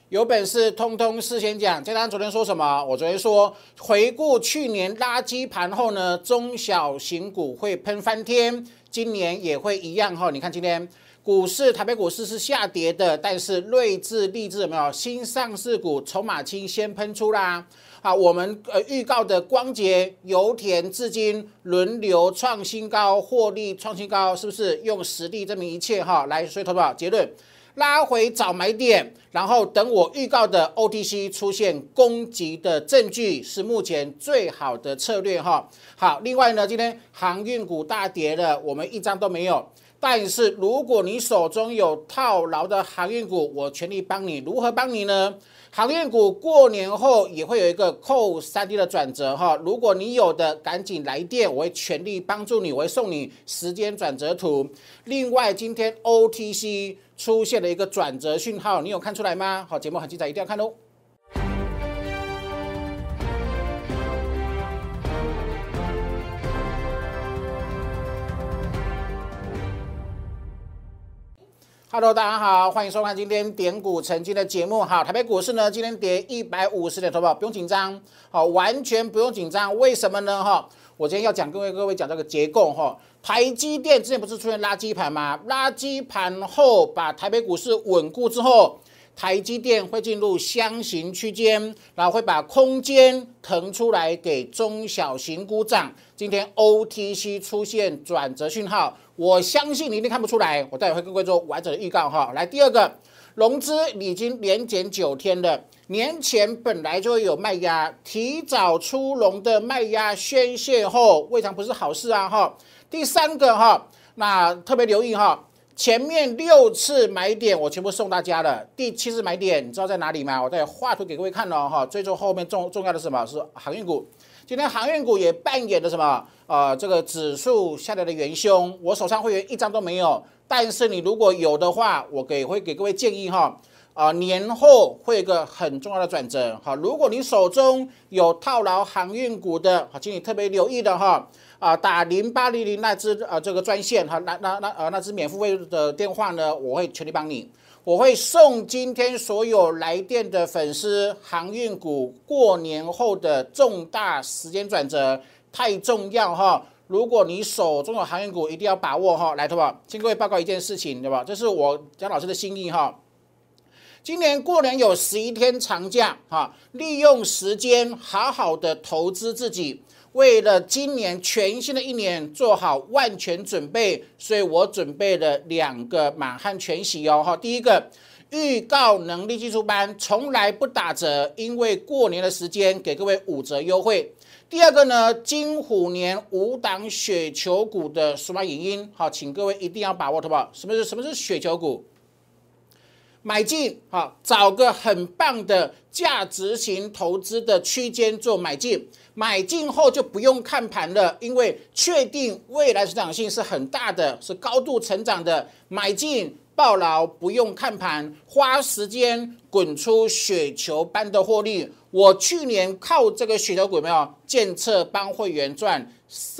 有本事通通事先讲。这单昨天说什么？我昨天说，回顾去年垃圾盘后呢，中小型股会喷翻天，今年也会一样哈。你看今天股市，台北股市是下跌的，但是瑞智、力智有没有新上市股筹码轻先喷出啦？啊，我们预告的光捷、油田、至今轮流创新高，获利创新高，是不是用实力证明一切哈？来，所以投保结论。拉回找买点，然后等我预告的 OTC 出现攻击的证据，是目前最好的策略哈。好，另外呢，今天航运股大跌了，我们一张都没有。但是如果你手中有套牢的航运股，我全力帮你。如何帮你呢？航运股过年后也会有一个扣3D 的转折哈，如果你有的赶紧来电，我会全力帮助你，我会送你时间转折图。另外，今天 OTC 出现了一个转折讯号，你有看出来吗？好，节目很精彩，一定要看哦。Hello， 大家好，欢迎收看今天点股成金的节目。好，台北股市呢今天跌150点，投保不用紧张，好，完全不用紧张。为什么呢？哈，我今天要讲各位讲这个结构哈。台积电之前不是出现垃圾盘吗？垃圾盘后把台北股市稳固之后，台积电会进入箱型区间，然后会把空间腾出来给中小型股涨。今天 OTC 出现转折讯号，我相信你一定看不出来，我待会会跟各位做完整的预告哈。来，第二个，融资已经连减9天了，年前本来就会有卖压，提早出笼的卖压宣泄后，未尝不是好事啊哈。第三个哈，那特别留意哈。前面6次买点我全部送大家了，第7次买点你知道在哪里吗？我再画图给各位看了哈。最后面重要的是什么？是航运股。今天航运股也扮演了什么？这个指数下来的元凶。我手上会员一张都没有，但是你如果有的话，我会给各位建议哈。年后会有一个很重要的转折。好，如果你手中有套牢航运股的，好，请你特别留意的哈。打0800那支这个专线哈，那支免付费的电话呢，我会全力帮你。我会送今天所有来电的粉丝航运股过年后的重大时间转折，太重要哈！如果你手中有航运股，一定要把握哈。来，投保，请各位报告一件事情，对吧？这是我江老师的心意哈。今年过年有11天长假哈，利用时间好好的投资自己。为了今年全新的一年做好万全准备，所以我准备了2个满汉全席哦。第一个，预告能力技术班从来不打折，因为过年的时间给各位5折优惠。第二个呢，金虎年5档雪球股的数码影音，好，请各位一定要把握，好不好？什么是雪球股？买进，好，找个很棒的价值型投资的区间做买进，买进后就不用看盘了，因为确定未来成长性是很大的，是高度成长的，买进抱牢，不用看盘，花时间滚出雪球般的获利。我去年靠这个雪球股有没有建策帮会员赚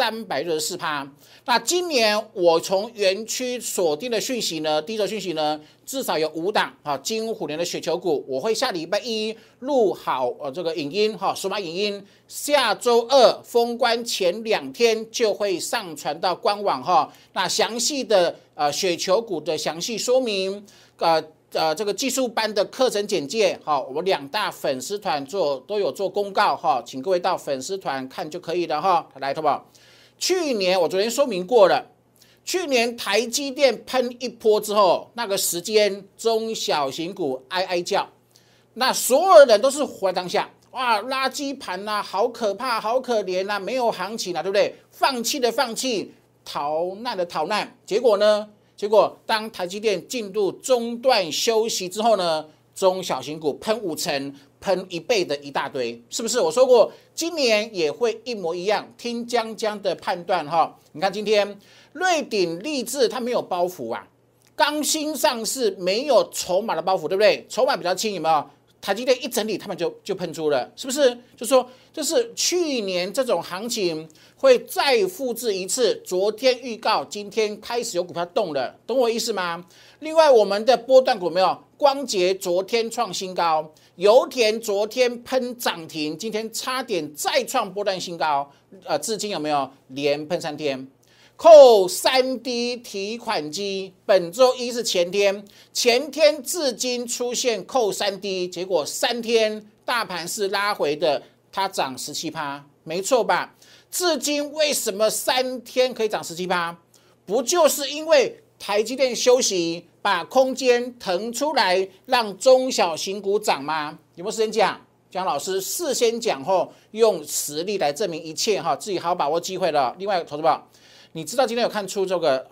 364%？那今年我从园区锁定的讯息呢，第一手讯息呢，至少有5档啊，金虎年的雪球股，我会下礼拜1录好这个影音哈，数码影音，下周2封关前2天就会上传到官网哈。那详细的雪球股的详细说明，这个技术班的课程简介，好，我们2大粉丝团都有做公告哈，请各位到粉丝团看就可以了哈。来，好不好？去年我昨天说明过了，去年台积电喷一波之后，那个时间中小型股哀哀叫，那所有人都是活在当下，哇，垃圾盘啊，好可怕，好可怜啊，没有行情啊，对不对？放弃的放弃，逃难的逃难，结果呢？结果当台积电进入中段休息之后呢，中小型股喷5成，喷1倍的一大堆，是不是？我说过，今年也会一模一样。听江江的判断哈，你看今天瑞鼎、力智它没有包袱啊，刚新上市没有筹码的包袱，对不对？筹码比较轻，有没有？ 台积电一整理，他们就喷出了，是不是？就说就是去年这种行情会再复制一次。昨天预告，今天开始有股票动了，懂我意思吗？另外，我们的波段股没有，光捷昨天创新高，油田昨天喷涨停，今天差点再创波段新高，至今有没有连喷3天？扣3D 提款机，本周一是前天至今出现扣3D， 结果3天大盘是拉回的，它涨17%，没错吧？至今为什么3天可以涨17%？不就是因为台积电休息，把空间腾出来，让中小型股涨吗？有没有时间讲？江老师事先讲后，用实力来证明一切哈，自己好好把握机会了。另外，投资宝。你知道今天有看出这个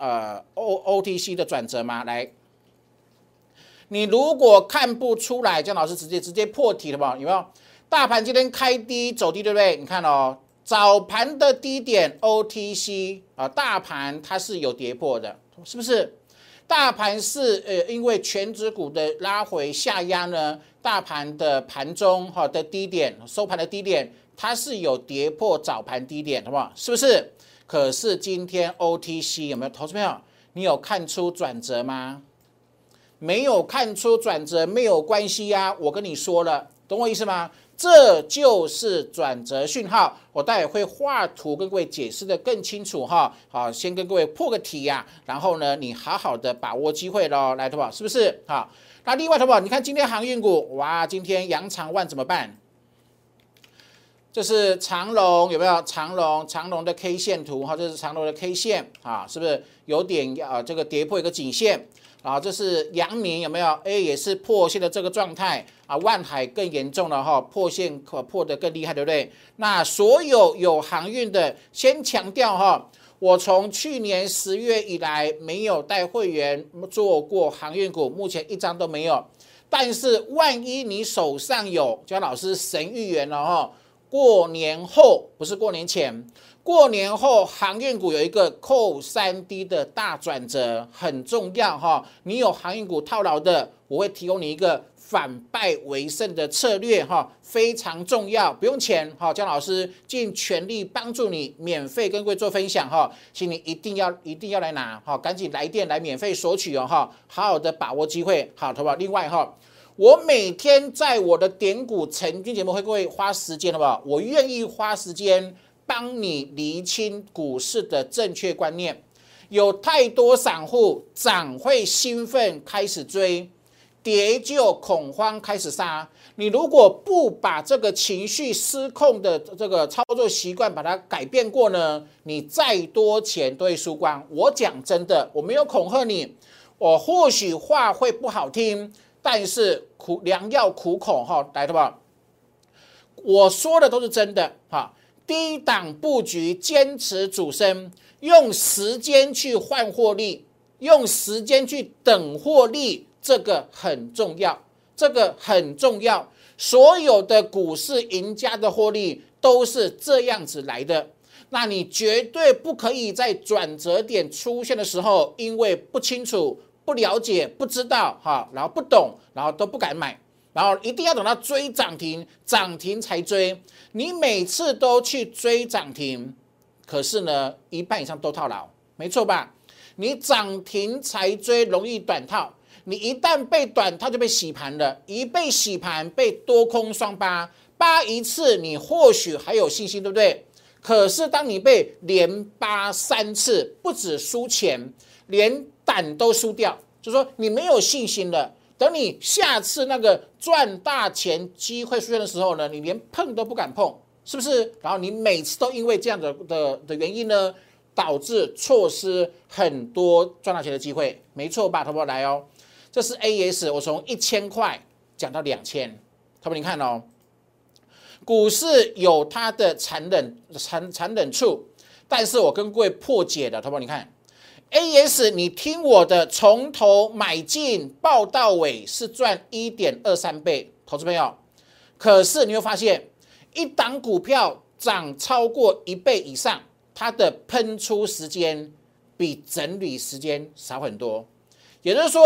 OTC 的转折吗？来，你如果看不出来，姜老师直接破题了吧？有没有？大盘今天开低走低，对不对？你看哦，早盘的低点 OTC 大盘它是有跌破的，是不是？大盘是因为全指股的拉回下压呢，大盘的盘中的低点收盘的低点，它是有跌破早盘低点，好不好？是不是？可是今天 OTC 有没有投资朋友？你有看出转折吗？没有看出转折没有关系啊，我跟你说了，懂我意思吗？这就是转折讯号，我待会会画图跟各位解释的更清楚哈。好，先跟各位破个题呀，然后呢，你好好的把握机会咯，来，投保是不是？好，那另外投保，你看今天航运股，哇，今天阳长万怎么办？这是长荣有没有？长荣的 K 线图哈，这是长荣的 K 线啊，是不是有点这个跌破一个颈线？然后这是阳明有没有？也是破线的这个状态啊。万海更严重了哈，破线破得更厉害，对不对？那所有航运的，先强调哈，我从去年10月以来没有带会员做过航运股，目前一张都没有。但是万一你手上有，姜老师神预言了哈。过年后不是过年前，过年后航运股有一个扣3D 的大转折，很重要哈。你有航运股套牢的，我会提供你一个反败为胜的策略哈，非常重要，不用钱哈。姜老师尽全力帮助你，免费跟各位做分享哈，请你一定要来拿哈，赶紧来电来免费索取哦哈，好好的把握机会，好，好不好？另外哈。我每天在我的点股成军节目会各位花时间，好不好？我愿意花时间帮你厘清股市的正确观念。有太多散户涨会兴奋开始追，跌就恐慌开始杀。你如果不把这个情绪失控的这个操作习惯把它改变过呢，你再多钱都会输光。我讲真的，我没有恐吓你，我或许话会不好听。但是良药苦口哈，来的吧？我说的都是真的哈。低档布局，坚持主升，用时间去换获利，用时间去等获利，这个很重要，这个很重要。所有的股市赢家的获利都是这样子来的。那你绝对不可以在转折点出现的时候，因为不清楚。不了解、不知道哈，然后不懂，然后都不敢买，然后一定要等到追涨停，涨停才追。你每次都去追涨停，可是呢，一半以上都套牢，没错吧？你涨停才追，容易短套。你一旦被短套就被洗盘了，一被洗盘被多空双扒一次，你或许还有信心，对不对？可是当你被连扒3次，不止输钱，连胆都输掉，就说你没有信心了。等你下次那个赚大钱机会出现的时候呢，你连碰都不敢碰，是不是？然后你每次都因为这样的原因呢，导致错失很多赚大钱的机会，没错吧？投保来哦，这是 AS， 我从1000块讲到2000，投保你看哦，股市有它的残忍处，但是我跟各位破解的，投保你看。AS， 你听我的，从头买进报到尾是赚 1.23 倍，投资朋友。可是你会发现，一档股票涨超过1倍以上，它的喷出时间比整理时间少很多。也就是说，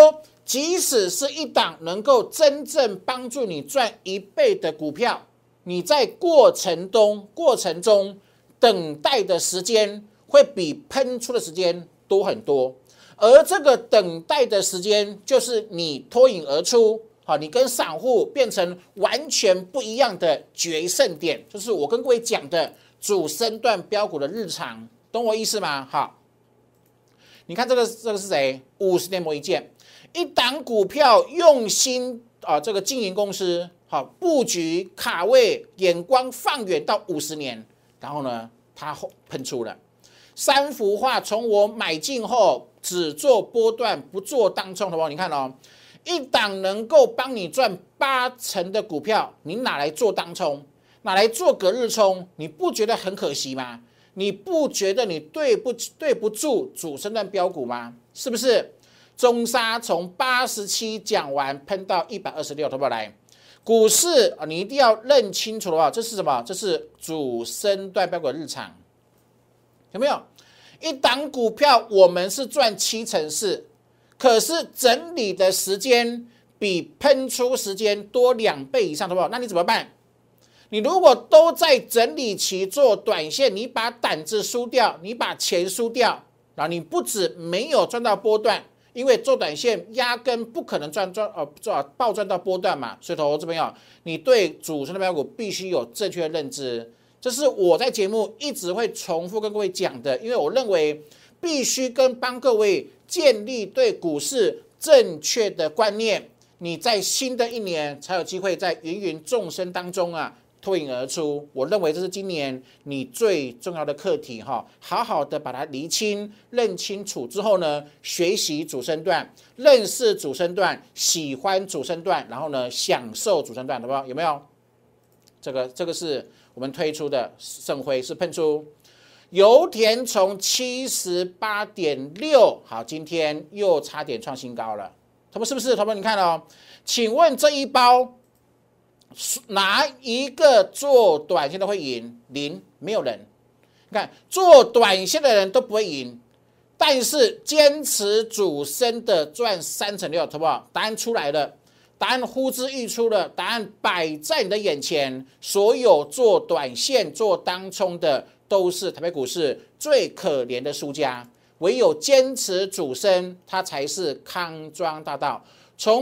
即使是一档能够真正帮助你赚1倍的股票，你在过程中等待的时间会比喷出的时间多很多，而这个等待的时间就是你脱颖而出，好，你跟散户变成完全不一样的决胜点，就是我跟各位讲的主升段标股的日常，懂我意思吗？好，你看这个是谁？50年磨一剑，一档股票用心这个经营公司，好布局卡位，眼光放远到50年，然后呢，它喷出了3幅画，从我买进后只做波段不做当冲，好不好？你看哦，一档能够帮你赚80%的股票，你拿来做当冲，拿来做隔日冲，你不觉得很可惜吗？你不觉得你对不住主升段标股吗？是不是？中沙从87讲完喷到126，好不好？来，股市你一定要认清楚了，这是什么？这是主升段标股的日常，有没有？一档股票我们是赚4%，可是整理的时间比喷出时间多2倍以上，好不好？那你怎么办？你如果都在整理期做短线，你把胆子输掉，你把钱输掉，然后你不止没有赚到波段，因为做短线压根不可能暴赚到波段嘛，所以投资朋友，你对主升的标股必须有正确的认知，这是我在节目一直会重复跟各位讲的，因为我认为必须帮各位建立对股市正确的观念，你在新的一年才有机会在芸芸众生当中脱颖而出，我认为这是今年你最重要的课题哈，好好的把它厘清、认清楚之后呢，学习主升段，认识主升段，喜欢主升段，然后呢，享受主升段，好不好？有没有？这个是我们推出的盛辉是喷出，油田从78.6，好，今天又差点创新高了，他们是不是？他们你看哦，请问这一包？哪一个做短线的会赢？零，没有人。你看做短线的人都不会赢，但是坚持主升的赚36%，好不好？答案出来了，答案呼之欲出了，答案摆在你的眼前。所有做短线、做当冲的，都是台北股市最可怜的输家。唯有坚持主升，它才是康庄大道。从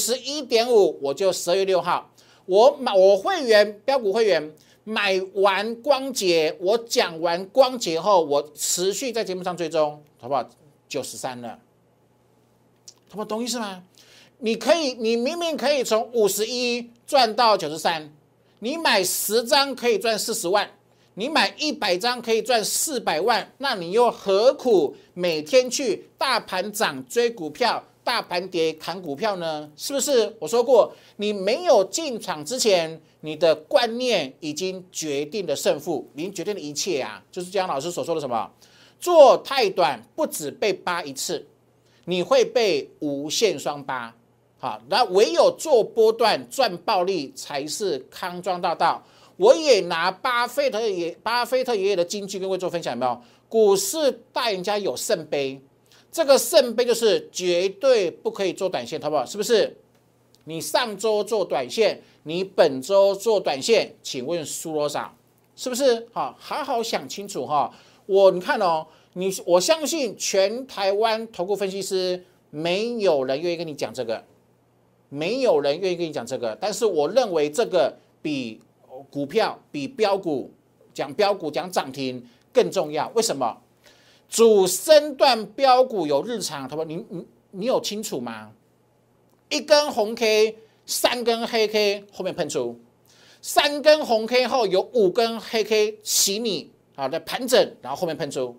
51.5，我就12月6号。我会员标股会员买完光捷，我讲完光捷后，我持续在节目上追踪，好不好？93了，他们懂意思吗？你明明可以从51赚到93，你买10张可以赚40万，你买100张可以赚400万，那你又何苦每天去大盘涨追股票？大盘跌砍股票呢？是不是？我说过，你没有进场之前，你的观念已经决定了胜负，已经决定了一切啊！就是姜老师所说的什么？做太短，不止被扒一次，你会被无限双扒。好，那唯有做波段赚暴利才是康庄大道。我也拿巴菲特爷爷的金句跟各位做分享，有没有？股市大赢家有圣杯。这个圣杯就是绝对不可以做短线，好不好？是不是？你上周做短线，你本周做短线，请问输多少？是不是？好好想清楚哈。你看哦，我相信全台湾投顾分析师没有人愿意跟你讲这个，没有人愿意跟你讲这个。但是我认为这个比股票、比标股讲涨停更重要。为什么？主升段标股有日常，好不好？你有清楚吗？一根红 K， 3根黑 K 后面喷出，3根红 K 后有5根黑 K 洗你，好的盘整，然后后面喷出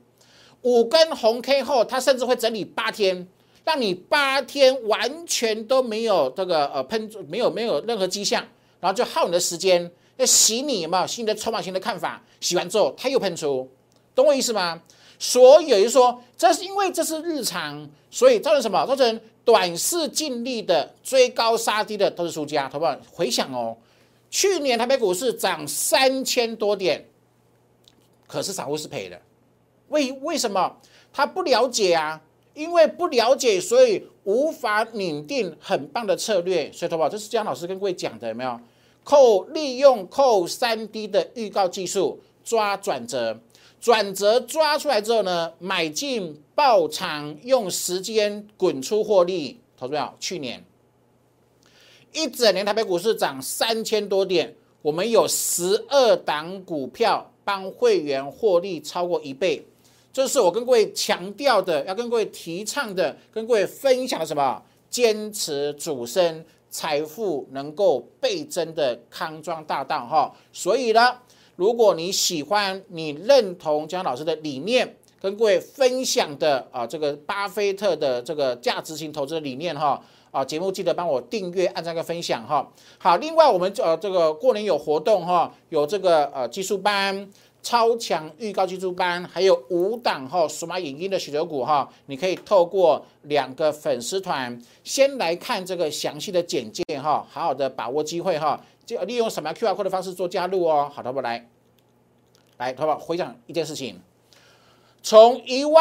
5根红 K 后，它甚至会整理8天，让你8天完全都没有这个没有任何迹象，然后就耗你的时间，要洗你，有没有？洗你的筹码型的看法，洗完之后它又喷出，懂我意思吗？所以有人说，这是因为这是日常，所以造成什么？造成短视尽力的追高杀低的都是输家，好不好？回想哦，去年台北股市涨3000多点，可是散户是赔的，为什么？他不了解啊， 因为不了解，所以无法拟定很棒的策略。所以，投保这是姜老师跟各位讲的，有没有？利用扣3D 的预告技术抓转折，转折抓出来之后呢，买进爆仓，用时间滚出获利。投资朋友，去年一整年台北股市涨3000多点，我们有12档股票帮会员获利超过1倍。这是我跟各位强调的，要跟各位提倡的，跟各位分享的什么？坚持主升，财富能够倍增的康庄大道哈。所以呢，如果你喜欢，你认同姜老师的理念，跟各位分享的这个巴菲特的这个价值型投资的理念哈。节目记得帮我订阅、按赞跟分享哈。好，另外我们这个过年有活动哈，有这个技术班。超强预告技术班，还有5档数码影音的雪球股哈，你可以透过2个粉丝团先来看这个详细的简介哈，好好的把握机会哈，就利用扫描 QR code 的方式做加入哦。好的，我来，好不好？回想一件事情，从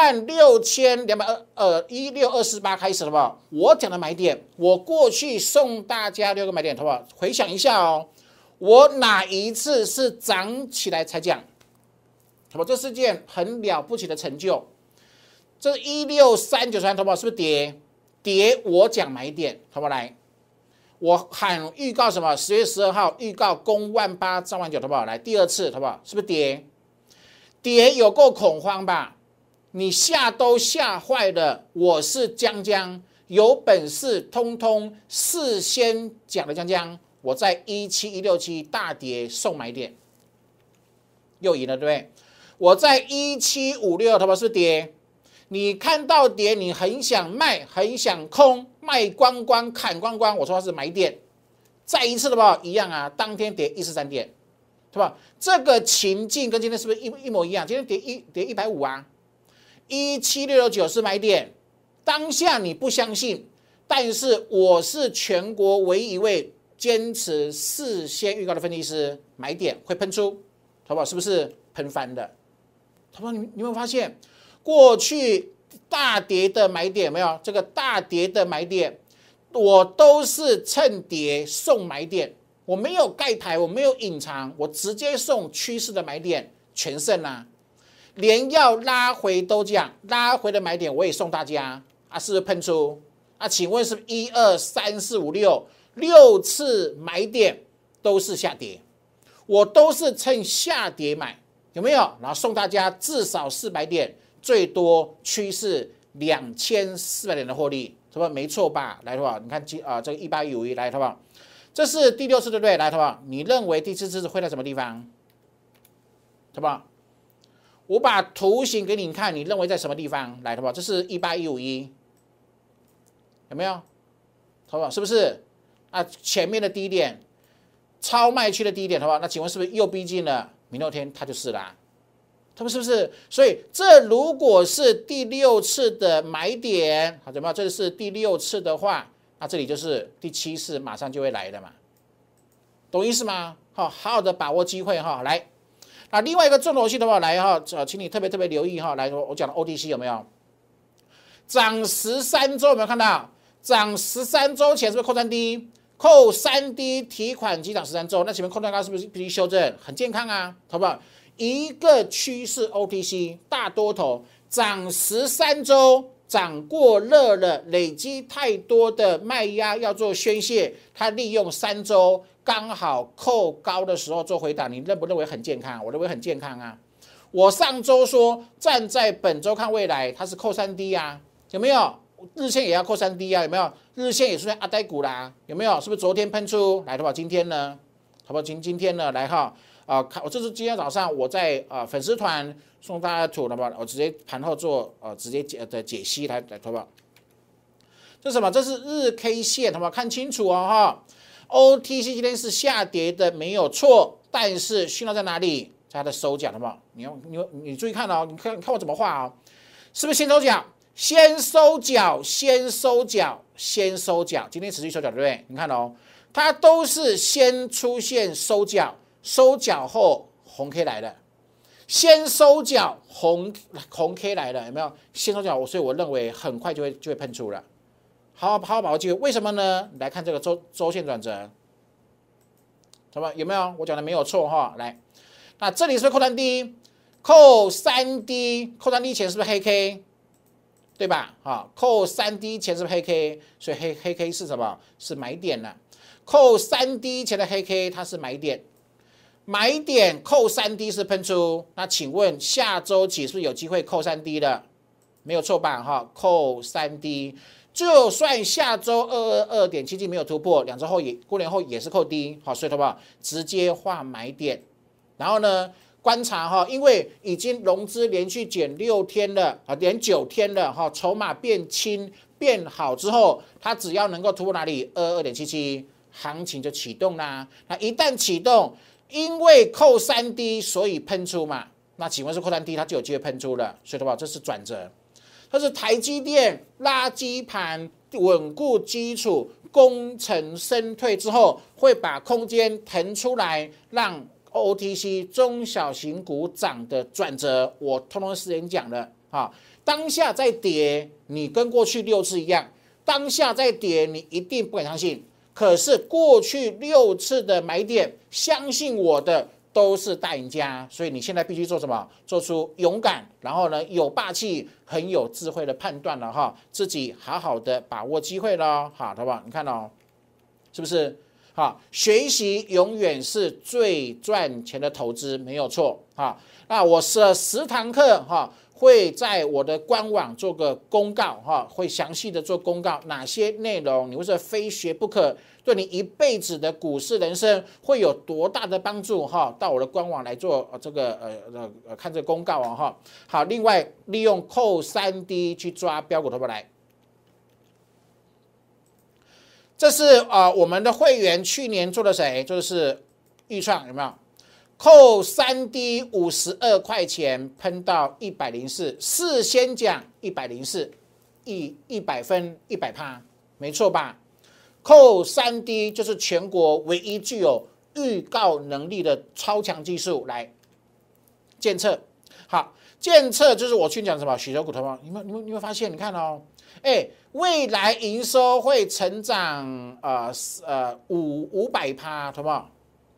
16228开始，好不好？我讲的买点，我过去送大家6个买点，好不好？回想一下哦，我哪一次是涨起来才讲？这是件很了不起的成就。这16393，投保是不是跌？跌我讲买点，投保来，我喊预告什么？10月12号预告攻18000涨19000，投保来第2次，投保是不是跌？跌有够恐慌吧？你吓都吓坏了。我是江江，有本事通通事先讲的江江。我在17167大跌送买点，又赢了，对不对？我在1756，投保是跌，你看到跌，你很想卖，很想空，卖光光，砍光光。我说它是买点，再一次的吧，一样啊，当天跌143点，对吧？这个情境跟今天是不是一模一样？今天跌150啊，17669是买点，当下你不相信，但是我是全国唯一一位坚持事先预告的分析师，买点会喷出，好不好？是不是喷翻的？好不好？你有没有发现，过去大跌的买点有没有？这个大跌的买点，我都是趁跌送买点，我没有盖牌，我没有隐藏，我直接送趋势的买点，全胜啊！连要拉回都讲，拉回的买点我也送大家啊，是不是喷出啊？请问是不是1、2、3、4、5、6次买点都是下跌，我都是趁下跌买，有没有？然后送大家至少400点，最多趋势2400点的获利，是不是没错吧？来，好不好？你看这个18151来，好不好？这是第6次，对不对？来，好不好？你认为第4次会在什么地方？好不好？我把图形给你看，你认为在什么地方？来，好不好？这是18151，有没有？好不好？是不是？前面的低点，超卖区的低点，好不好？那请问是不是又逼近了明后天？它就是啦，它是不是？所以这如果是第6次的买点，好，怎么样？这是第6次的话，那这里就是第7次马上就会来的嘛，懂意思吗？好好的把握机会哈，来。那另外一个重头戏的话，来哈，请你特别留意哈，来，我讲的 OTC 有没有？涨13周有没有看到？涨13周前是不是扣3D？扣3D 提款机涨13周，那前面扣单高是不是必须修正？很健康啊，好不好？一个趋势 OTC 大多头涨13周，涨过热了，累积太多的卖压要做宣泄，它利用3周刚好扣高的时候做回档，你认不认为很健康？我认为很健康啊。我上周说站在本周看未来，它是扣3D 啊，有没有？日线也要扣3D 啊，有没有？日线也出现阿呆股啦，有没有？是不是昨天喷出来的话，今天呢？好不好？今天呢？来哈我这是今天早上我在粉丝团送大家图，好不好？我直接盘后做直接解析来，好不好？这是什么？这是日 K 线，好不好？看清楚哦哈。OTC 今天是下跌的，没有错，但是讯号在哪里？在它的收脚，好不好？你注意看哦，你看我怎么画哦，是不是先收脚？先收脚，先收脚，先收脚，今天持续收脚，对不对？你看哦，它都是先出现收脚，收脚后红 K 来的， 先收脚红 K 来了，有没有？先收脚，所以我认为很快就会喷出了。好把握机会，为什么呢？来看这个周线转折，什么有没有？我讲的没有错哈。来，那这里是不是扣3低？扣3低，扣3低前是不是黑 K？ 对吧？好，扣3低前是不是黑 K？ 所以黑 K 是什么？是买点了。扣3低前的黑 K 它是买点，买点扣3低是喷出。那请问下周起是不是有机会扣3低的？没有错吧？哈，扣3低。就算下周222.77没有突破，2周后过年后也是扣低，好，所以好不好？直接画买点，然后呢，观察哈，因为已经融资连续减6天了啊，连9天了哈，筹码变轻变好之后，它只要能够突破哪里22.77，行情就启动啦。那一旦启动，因为扣3低，所以喷出嘛。那请问是扣3低，它就有机会喷出了，所以的话，这是转折。它是台积电垃圾盘稳固基础，功成身退之后，会把空间腾出来，让 OTC 中小型股涨的转折，我通通时间讲了啊。当下在跌，你跟过去6次一样，当下在跌，你一定不敢相信。可是过去6次的买点，相信我的都是大赢家，所以你现在必须做什么？做出勇敢，然后呢有霸气、很有智慧的判断了哈，自己好好的把握机会了，好，好不好？你看哦，是不是？好，学习永远是最赚钱的投资，没有错哈。那我10堂课哈，会在我的官网做个公告哈，会详细的做公告，哪些内容你会是非学不可，对你一辈子的股市人生会有多大的帮助哈？到我的官网来做这个看这个公告哦哈。好，另外利用扣3低去抓标股头部来。这是我们的会员去年做的谁？就是预创有没有？扣3低52块钱喷到104，事先讲104，100分100%，没错吧？扣3低就是全国唯一具有预告能力的超强技术来监测。好，监测就是我去讲什么雪球股头吗？你们发现？你看哦。未来营收会成长500%，好不好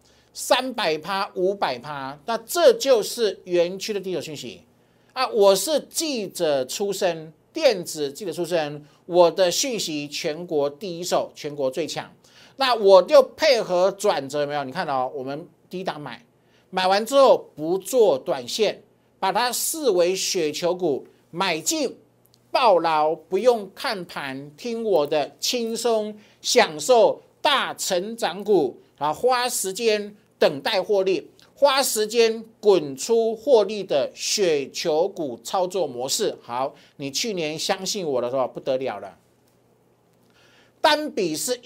？300%、500%，那这就是园区的第一手讯息啊！我是记者出身，电子记者出身，我的讯息全国第一手，全国最强。那我就配合转折，有没有？你看哦，我们低档买完之后不做短线，把它视为雪球股买进。抱牢，不用看盘，听我的，轻松享受大成长股啊！花时间等待获利，花时间滚出获利的雪球股操作模式。好，你去年相信我的时候不得了了，单笔是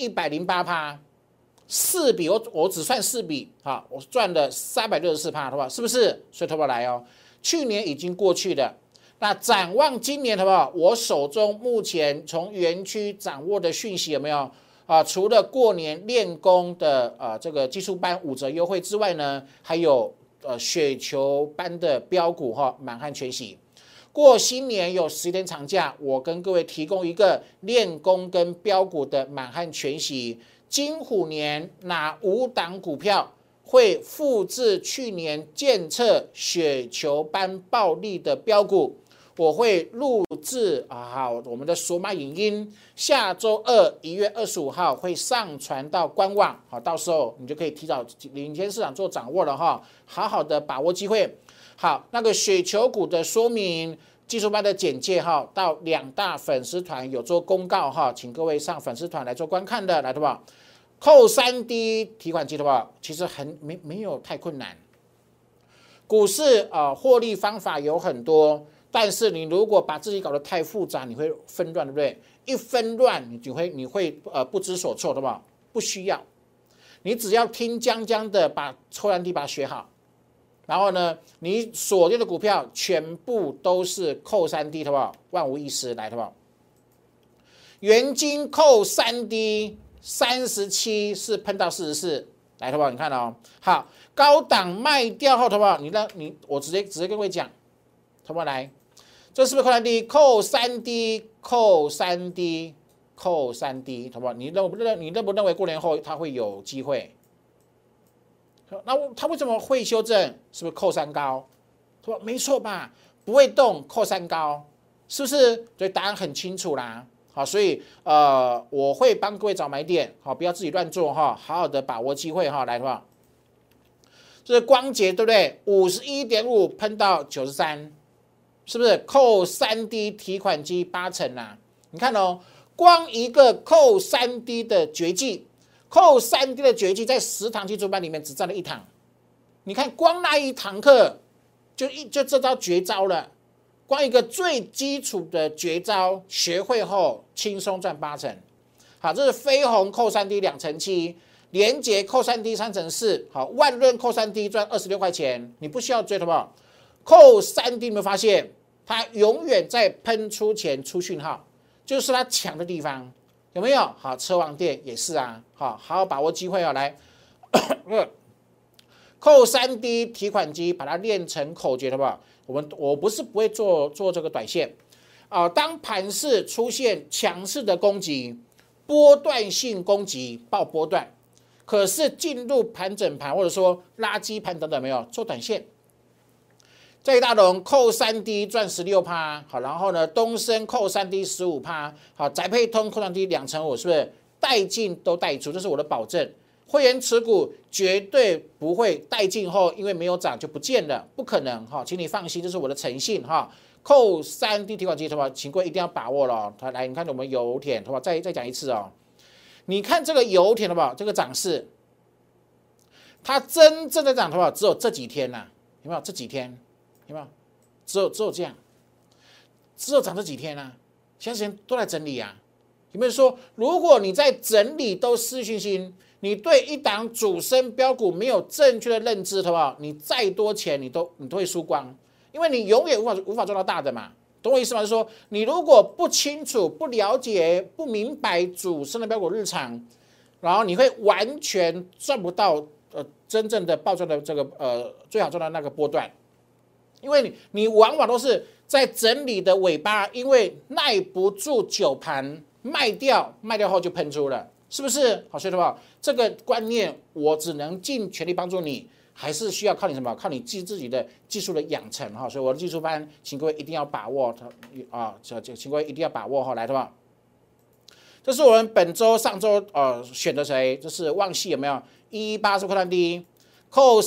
108%，4笔我只算4笔啊，我赚了364%，好不好？是不是？所以投保来哦，去年已经过去了。那展望今年好不好？我手中目前从园区掌握的讯息有没有啊？除了过年练功的这个技术班5折优惠之外呢，还有雪球班的标股哈满汉全席。过新年有10天长假，我跟各位提供一个练功跟标股的满汉全席。金虎年哪5档股票会复制去年监测雪球班暴利的标股？我会录制好我们的索马影音，下周2 1月25号会上传到官网，好，到时候你就可以提早领先市场做掌握了哈，好好的把握机会。好，那个雪球股的说明、技术班的简介哈，到2大粉丝团有做公告哈，请各位上粉丝团来做观看的，来对吧？扣3低提款机的话，其实没有太困难。股市获利方法有很多。但是你如果把自己搞得太复杂，你会纷乱，对不对？一纷乱，你会不知所措，对吧？不需要，你只要听江的把扣3低把它学好，然后呢，你锁定的股票全部都是扣3低，好不好？万无一失，来，好不好？元金扣3低，37是喷到44， 来，好不好？你看哦，好，高档卖掉后，好不好？我直接跟各位讲，好不好？来，这是不是扣3D？扣3D，扣3D，扣3D，好不好？你认不认为过年后它会有机会？那它为什么会修正？是不是扣3高？对吧？没错吧？不会动，扣3高，是不是？所以答案很清楚啦。好，所以我会帮各位找买点，好，不要自己乱做哈，好好的把握机会哈，来的话，这是光捷对不对？51.5喷到93，是不是？扣3D 提款机80%啦，你看哦，光一个扣3D 的绝技，扣3D 的绝技在10堂基础班里面只占了1堂，你看光那一堂课就这招绝招了。光一个最基础的绝招学会后，轻松赚80%。好，这是飞鸿扣3D 2成7，联捷扣3D 3成4，好，万润扣3D 赚26块钱，你不需要追，好不好？扣3D 有没有发现，它永远在喷出前出讯号，就是它强的地方，有没有？好，车王店也是啊，好好把握机会啊，来，扣3D 提款机，把它练成口诀，好不好？我不是不会做这个短线当盘势出现强势的攻击，波段性攻击爆波段，可是进入盘整盘或者说垃圾盘等等没有做短线。在大龙扣3D 赚16%，好，然后呢，东升扣3D 15%，好，宅配通扣3D 2成5，是不是带进都带出？这是我的保证。会员持股绝对不会带进后，因为没有涨就不见了，不可能哈，请你放心，这是我的诚信哈。扣3D 提款机，好不好？请各位一定要把握了。来，你看我们油田，好不好？再讲一次哦。你看这个油田，好不好？这个涨势，它真正的涨，好不好？只有这几天呐，有没有？这几天有没有？只有这样，只有涨这几天啊，其他时间都在整理啊。有没有说，如果你在整理都失去信心？你对一档主升标股没有正确的认知，好不好？你再多钱你都会输光，因为你永远无法做到大的嘛，懂我意思吗？就是说，你如果不清楚、不了解、不明白主升的标股日常，然后你会完全赚不到真正的暴赚的这个最好赚的那个波段，因为你往往都是在整理的尾巴，因为耐不住久盘卖掉后就喷出了。是不是好？所以的话，这个观念我只能尽全力帮助你，还是需要靠你什么？靠你自己的技术的养成哈。所以我的技术班，请各位一定要把握啊！请各位一定要把握哈，来的话，这是我们本周、上周选的谁？这是旺系有没有？118是扣3D，扣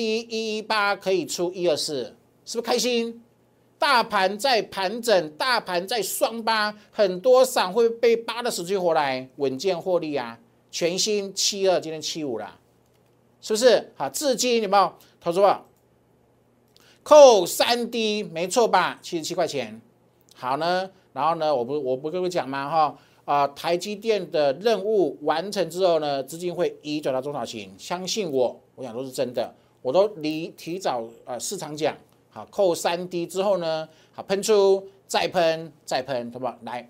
3D 118可以出124，是不是开心？大盘在盘整，大盘在双八，很多散户被扒的死去活来，稳健获利啊！全新72，今天75啦，是不是？好，至今有没有投资啊？扣3D 没错吧？77块钱。好呢，然后呢，我不跟各位讲吗？台积电的任务完成之后呢，资金会移转到中小型，相信我讲都是真的，我都提早市场讲。好，扣3D 之后呢，好喷出，再喷，好不好？来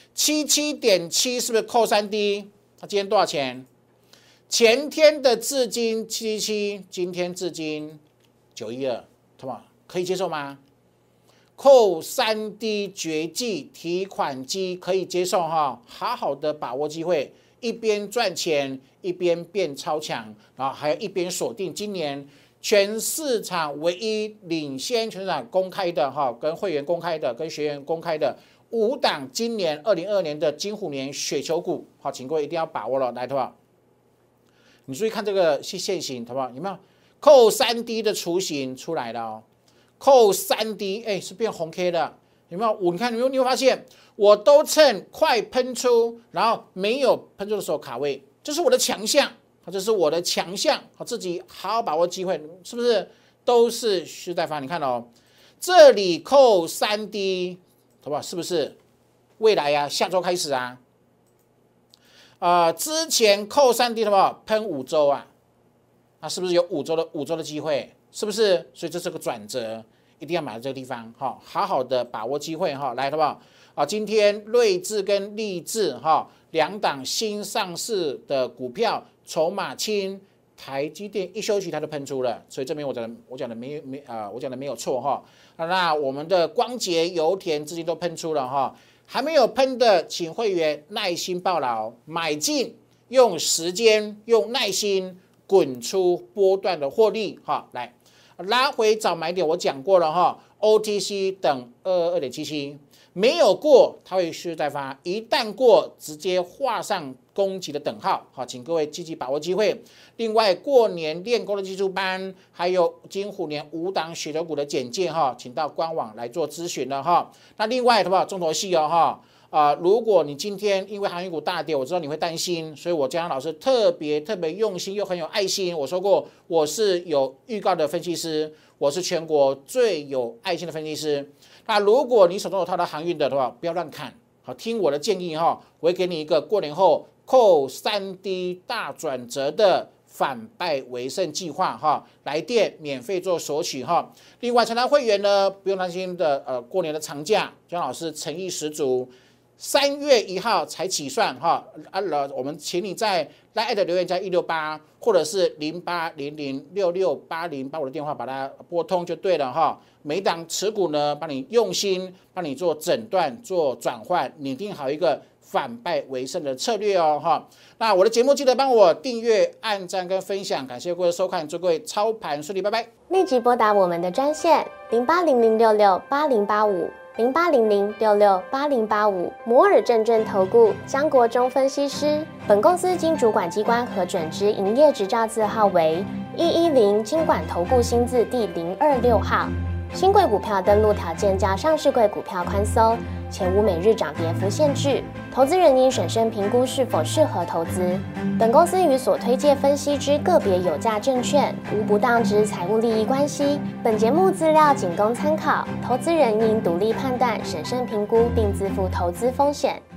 ，77.7是不是扣3D？它今天多少钱？前天的至今777，今天至今912，好不好？可以接受吗？扣3D 绝技提款机可以接受哈，好好的把握机会，一边赚钱，一边变超强，然后还有一边锁定今年。全市场唯一领先全市场公开的跟会员公开的、跟学员公开的5档今年2022年的金虎年雪球股，好，请各位一定要把握了，来，好不好？你注意看这个线型，好不好？有没有扣3D 的雏形出来了哦？扣3D，是变红 K 的，有没有？你看，你会发现，我都趁快喷出，然后没有喷出的时候卡位，这是我的强项。这是我的强项，自己好好把握机会，是不是？都是实在法，你看哦，这里扣3D，好不好？是不是？未来呀，下周开始啊，之前扣3D 好不好？喷5周啊，那是不是有5周的机会？是不是？所以这是个转折，一定要买在这个地方，好好的把握机会哈，来，好不好？今天睿智跟励志2档新上市的股票。筹码轻， 台积电一休息它就喷出了，所以这边我讲的没有错哈。那我们的光捷、油田资金都喷出了哈，还没有喷的，请会员耐心抱牢，买进，用时间、用耐心滚出波段的获利哈。来拉回找买点，我讲过了哈 ，OTC 等22.77。没有过，它会续再发；一旦过，直接画上攻击的等号。好，请各位积极把握机会。另外，过年练功的技术班，还有金虎年5档血流股的简介哈，请到官网来做咨询了哈。那另外，好不好？重头戏哦哈。如果你今天因为航运股大跌，我知道你会担心，所以我江老师特别用心又很有爱心。我说过，我是有预告的分析师，我是全国最有爱心的分析师。那如果你手中有套的航运的话，不要乱看，好，听我的建议哈，我会给你一个过年后扣3D 大转折的反败为胜计划哈，来电免费做索取哈。另外，成达会员呢不用担心的，过年的长假，江老师诚意十足。3月1号才起算哈，我们请你在 LINE@ 留言加168，或者是08006680，把我的电话把它拨通就对了哈。每档持股呢，帮你用心，帮你做诊断、做转换，拟定好一个反败为胜的策略哦哈。那我的节目记得帮我订阅、按赞跟分享，感谢各位收看，祝各位操盘顺利，拜拜。 立即拨打我们的专线0800668085。0800668085摩尔证券投顾江国忠分析师，本公司经主管机关核准之营业执照字号为110金管投顾新字第026号。新贵股票登录条件较上市贵股票宽松，且无每日涨跌幅限制。投资人应审慎评估是否适合投资。本公司与所推介分析之个别有价证券无不当之财务利益关系。本节目资料仅供参考，投资人应独立判断、审慎评估，并自负投资风险。